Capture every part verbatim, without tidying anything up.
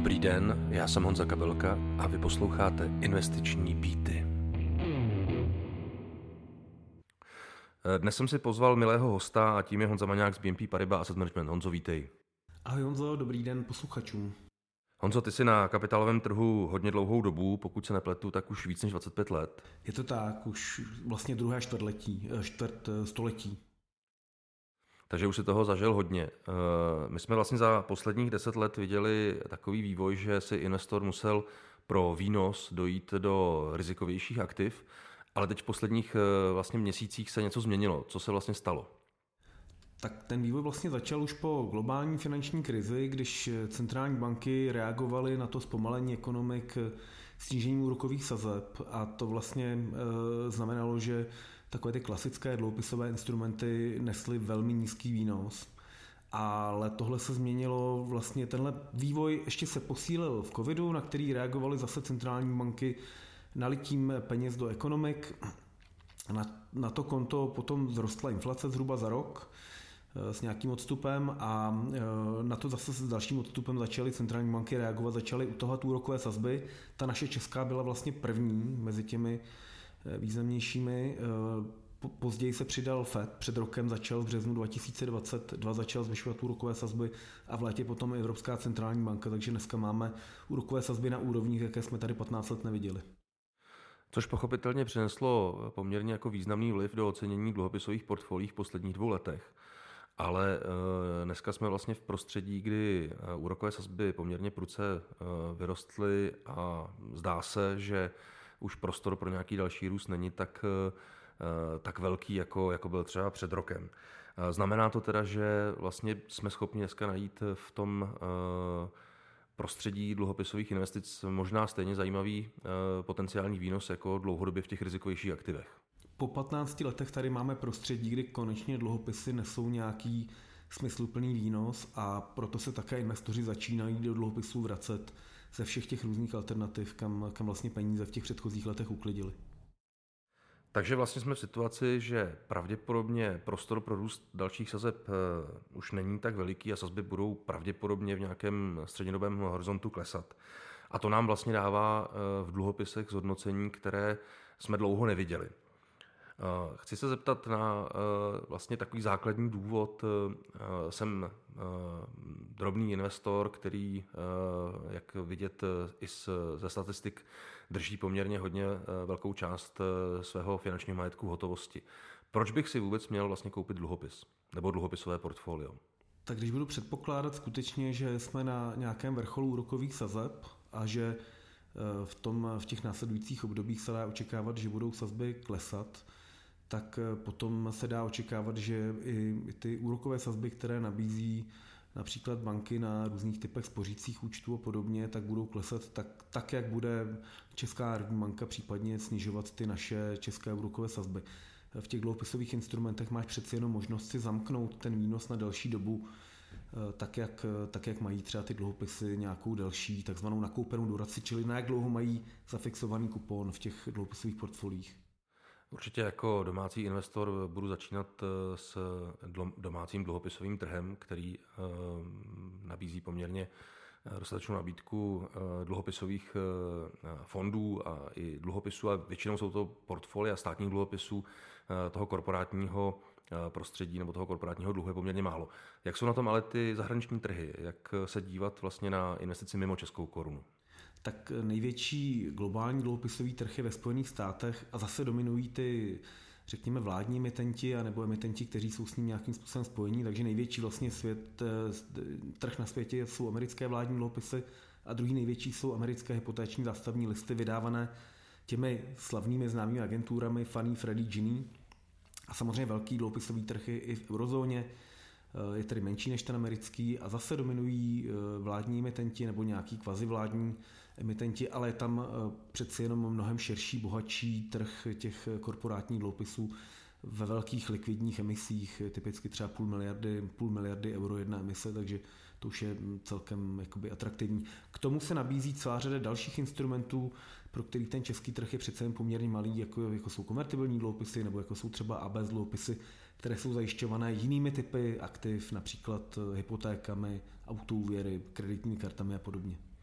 Dobrý den, já jsem Honza Kabelka a vy posloucháte Investiční beaty. Dnes jsem si pozval milého hosta a tím je Honza Maňák z B N P Paribas Asset Management. Honzo, vítej. Ahoj Honzo, dobrý den posluchačům. Honzo, ty jsi na kapitálovém trhu hodně dlouhou dobu, pokud se nepletu, tak už víc než dvacet pět let. Je to tak, už vlastně druhé čtvrtletí, čtvrt století. Takže už si toho zažil hodně. My jsme vlastně za posledních deset let viděli takový vývoj, že si investor musel pro výnos dojít do rizikovějších aktiv, ale teď v posledních vlastně měsících se něco změnilo. Co se vlastně stalo? Tak ten vývoj vlastně začal už po globální finanční krizi, když centrální banky reagovaly na to zpomalení ekonomik snížením úrokových sazeb a to vlastně e, znamenalo, že takové ty klasické dluhopisové instrumenty nesly velmi nízký výnos. Ale tohle se změnilo, vlastně tenhle vývoj ještě se posílil v covidu, na který reagovaly zase centrální banky nalitím peněz do ekonomik. Na, na to konto potom vzrostla inflace zhruba za rok s nějakým odstupem a na to zase s dalším odstupem začaly centrální banky reagovat, začaly utahovat úrokové sazby. Ta naše česká byla vlastně první mezi těmi významnějšími. Později se přidal Fed, před rokem začal v březnu dva tisíce dvacet dva začal zvyšovat úrokové sazby a v létě potom i Evropská centrální banka, takže dneska máme úrokové sazby na úrovních, jaké jsme tady patnáct let neviděli. Což pochopitelně přineslo poměrně jako významný vliv do ocenění dluhopisových portfolií v posledních dvou letech. Ale dneska jsme vlastně v prostředí, kdy úrokové sazby poměrně prudce vyrostly a zdá se, že už prostor pro nějaký další růst není tak, tak velký, jako, jako byl třeba před rokem. Znamená to teda, že vlastně jsme schopni dneska najít v tom prostředí dluhopisových investic možná stejně zajímavý potenciální výnos jako dlouhodobě v těch rizikovějších aktivech. Po patnácti letech tady máme prostředí, kdy konečně dluhopisy nesou nějaký smysluplný výnos a proto se také investoři začínají do dluhopisů vracet ze všech těch různých alternativ, kam, kam vlastně peníze v těch předchozích letech uklidili. Takže vlastně jsme v situaci, že pravděpodobně prostor pro růst dalších sazeb už není tak veliký a sazby budou pravděpodobně v nějakém střednědobém horizontu klesat. A to nám vlastně dává v dluhopisech zhodnocení, které jsme dlouho neviděli. Chci se zeptat na vlastně takový základní důvod. Jsem drobný investor, který, jak vidět i ze statistik, drží poměrně hodně velkou část svého finančního majetku v hotovosti. Proč bych si vůbec měl vlastně koupit dluhopis nebo dluhopisové portfolio? Tak když budu předpokládat skutečně, že jsme na nějakém vrcholu úrokových sazeb a že v, tom, v těch následujících obdobích se dá očekávat, že budou sazby klesat, tak potom se dá očekávat, že i ty úrokové sazby, které nabízí například banky na různých typech spořících účtů a podobně, tak budou klesat tak, tak jak bude Česká národní banka případně snižovat ty naše české úrokové sazby. V těch dluhopisových instrumentech máš přeci jenom možnost si zamknout ten výnos na delší dobu, tak jak, tak jak mají třeba ty dluhopisy nějakou delší takzvanou nakoupenou duraci, čili na jak dlouho mají zafixovaný kupon v těch dluhopisových portfoliích. Určitě jako domácí investor budu začínat s domácím dluhopisovým trhem, který nabízí poměrně dostatečnou nabídku dluhopisových fondů a i dluhopisů a většinou jsou to portfolia státních dluhopisů toho korporátního prostředí nebo toho korporátního dluhu je poměrně málo. Jak jsou na tom ale ty zahraniční trhy? Jak se dívat vlastně na investici mimo českou korunu? Tak největší globální dluhopisový trh je ve Spojených státech a zase dominují ty, řekněme, vládní emitenti anebo emitenti, kteří jsou s ním nějakým způsobem spojení, takže největší vlastně svět, trh na světě jsou americké vládní dluhopisy a druhý největší jsou americké hypotéční zástavní listy vydávané těmi slavnými známými agenturami Fannie, Freddie, Ginnie. A samozřejmě velký dluhopisový trh je i v eurozóně, je tedy menší než ten americký a zase dominují vládní emitenti nebo nějaký kvazivládní emitenti, ale je tam přeci jenom mnohem širší, bohatší trh těch korporátních dluhopisů ve velkých likvidních emisích, typicky třeba půl miliardy, půl miliardy euro jedna emise, takže to už je celkem jakoby atraktivní. K tomu se nabízí celá řada dalších instrumentů, pro který ten český trh je přece jen poměrně malý, jako, jako jsou konvertibilní dluhopisy nebo jako jsou třeba A B S dluhopisy, které jsou zajišťované jinými typy aktiv, například hypotékami, autoúvěry, kreditními kartami a podobně.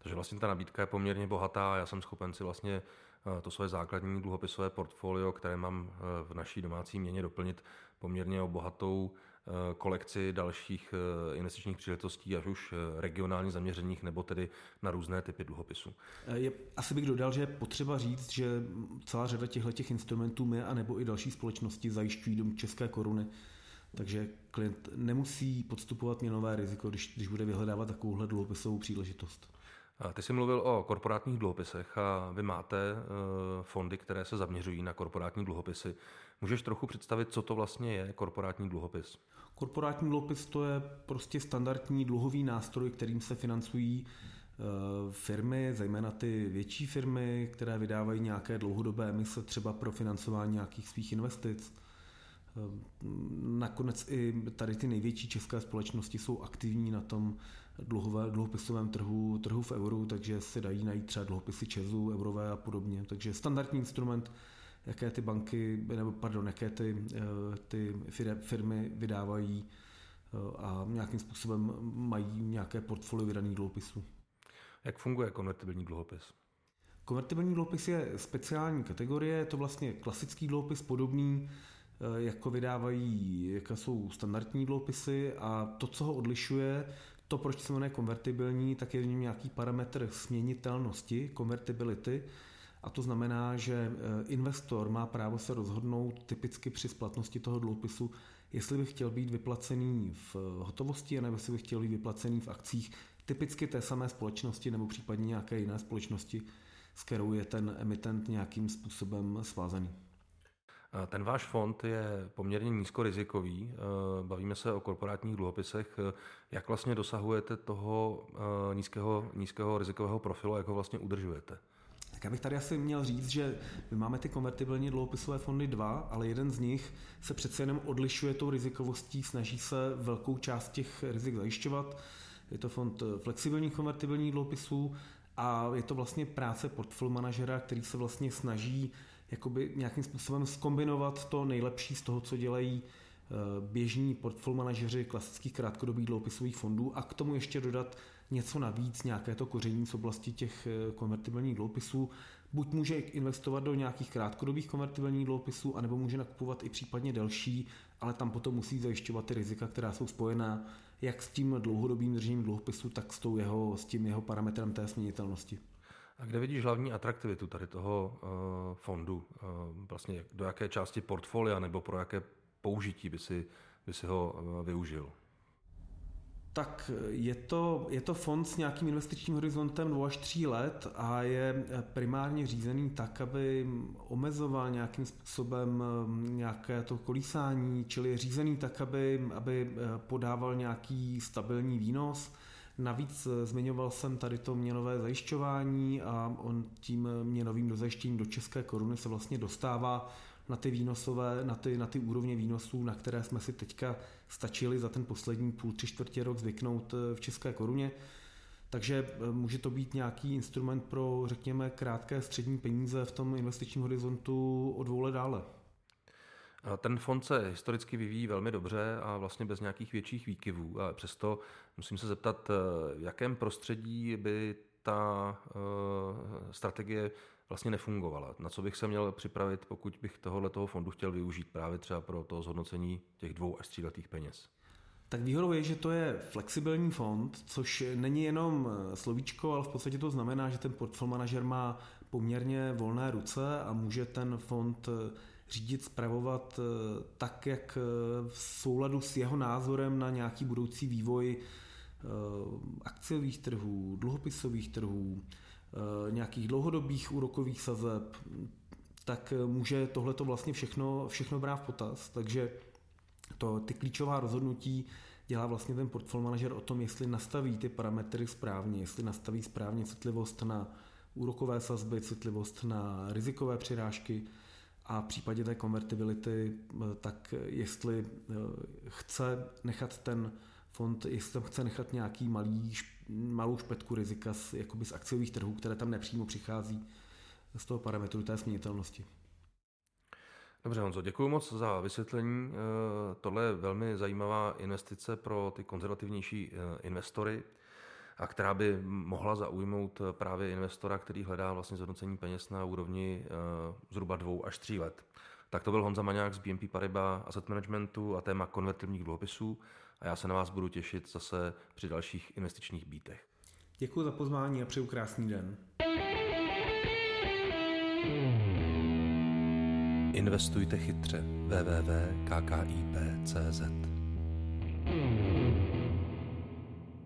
Takže vlastně ta nabídka je poměrně bohatá. Já jsem schopen si vlastně to svoje základní dluhopisové portfolio, které mám v naší domácí měně, doplnit poměrně o bohatou kolekci dalších investičních příležitostí, až už regionálně zaměřených, nebo tedy na různé typy dluhopisů. Je, asi bych dodal, že je potřeba říct, že celá řada těchto instrumentů my a nebo i další společnosti zajišťují do české koruny. Takže klient nemusí podstupovat měnové riziko, když, když bude vyhledávat takovouhle dluhopisovou příležitost. Ty jsi mluvil o korporátních dluhopisech a vy máte fondy, které se zaměřují na korporátní dluhopisy. Můžeš trochu představit, co to vlastně je korporátní dluhopis? Korporátní dluhopis to je prostě standardní dluhový nástroj, kterým se financují firmy, zejména ty větší firmy, které vydávají nějaké dlouhodobé emise třeba pro financování nějakých svých investic. Nakonec i tady ty největší české společnosti jsou aktivní na tom dluhové, dluhopisovém trhu, trhu v euru, takže se dají najít třeba dluhopisy Česu, eurové a podobně. Takže standardní instrument, jaké ty banky, nebo pardon, jaké ty, ty firmy vydávají a nějakým způsobem mají nějaké portfolio vydaných dluhopisů. Jak funguje konvertibilní dluhopis? Konvertibilní dluhopis je speciální kategorie, je to vlastně klasický dluhopis podobný, jako vydávají, jaké jsou standardní dluhopisy, a to, co ho odlišuje, to, proč se jmenuje konvertibilní, tak je v něm nějaký parametr směnitelnosti, konvertibility, a to znamená, že investor má právo se rozhodnout typicky při splatnosti toho dluhopisu, jestli by chtěl být vyplacený v hotovosti, nebo jestli by chtěl být vyplacený v akcích typicky té samé společnosti nebo případně nějaké jiné společnosti, s kterou je ten emitent nějakým způsobem svázaný. Ten váš fond je poměrně nízkorizikový. Bavíme se o korporátních dluhopisech. Jak vlastně dosahujete toho nízkého, nízkého rizikového profilu, jak ho vlastně udržujete? Tak já bych tady asi měl říct, že my máme ty konvertibilní dluhopisové fondy dva, ale jeden z nich se přece jenom odlišuje tou rizikovostí, snaží se velkou část těch rizik zajišťovat. Je to fond flexibilních konvertibilních dluhopisů a je to vlastně práce portfolio manažera, který se vlastně snaží jakoby nějakým způsobem zkombinovat to nejlepší z toho, co dělají běžní portfolio manažeři klasických krátkodobých dluhopisových fondů, a k tomu ještě dodat něco navíc, nějaké to koření z oblasti těch konvertibilních dluhopisů. Buď může investovat do nějakých krátkodobých konvertibilních dluhopisů, anebo může nakupovat i případně delší, ale tam potom musí zajišťovat ty rizika, která jsou spojená jak s tím dlouhodobým držením dluhopisu, tak s, tou jeho, s tím jeho parametrem té směnitelnosti. A kde vidíš hlavní atraktivitu tady toho uh, fondu? Uh, vlastně do jaké části portfolia nebo pro jaké použití by si, by si ho uh, využil? Tak je to, je to fond s nějakým investičním horizontem dvou až tří let a je primárně řízený tak, aby omezoval nějakým způsobem nějaké to kolísání, čili je řízený tak, aby, aby podával nějaký stabilní výnos. Navíc zmiňoval jsem tady to měnové zajišťování a on tím měnovým dozajištěním do české koruny se vlastně dostává na ty výnosové, na ty, na ty úrovně výnosů, na které jsme si teďka stačili za ten poslední půl, tři čtvrtě rok zvyknout v české koruně. Takže může to být nějaký instrument pro, řekněme, krátké střední peníze v tom investičním horizontu o dvou let dále. Ten fond se historicky vyvíjí velmi dobře a vlastně bez nějakých větších výkyvů. A přesto musím se zeptat, v jakém prostředí by ta strategie vlastně nefungovala. Na co bych se měl připravit, pokud bych tohoto fondu chtěl využít právě třeba pro to zhodnocení těch dvou až tříletých peněz? Tak výhodou je, že to je flexibilní fond, což není jenom slovíčko, ale v podstatě to znamená, že ten portfolio manažer má poměrně volné ruce a může ten fond řídit, spravovat tak, jak v souladu s jeho názorem na nějaký budoucí vývoj akciových trhů, dluhopisových trhů, nějakých dlouhodobých úrokových sazeb, tak může tohleto vlastně všechno, všechno brát v potaz. Takže to, ty klíčová rozhodnutí dělá vlastně ten portfolio manažer o tom, jestli nastaví ty parametry správně, jestli nastaví správně citlivost na úrokové sazby, citlivost na rizikové přirážky a v případě té konvertibility, tak jestli chce nechat ten fond, jestli tam chce nechat nějaký malý, malou špetku rizika z, jakoby z akciových trhů, které tam nepřímo přichází z toho parametru té směnitelnosti. Dobře, Honzo, děkuji moc za vysvětlení. Tohle je velmi zajímavá investice pro ty konzervativnější investory. a která by mohla zaujmout právě investora, který hledá vlastně zhodnocení peněz na úrovni zhruba dvou až tří let. Tak to byl Honza Maňák z B N P Paribas Asset Managementu a téma konvertibilních dluhopisů a já se na vás budu těšit zase při dalších investičních beatech. Děkuji za pozvání a přeju krásný den. Investujte chytře. w w w tečka k k i p tečka c z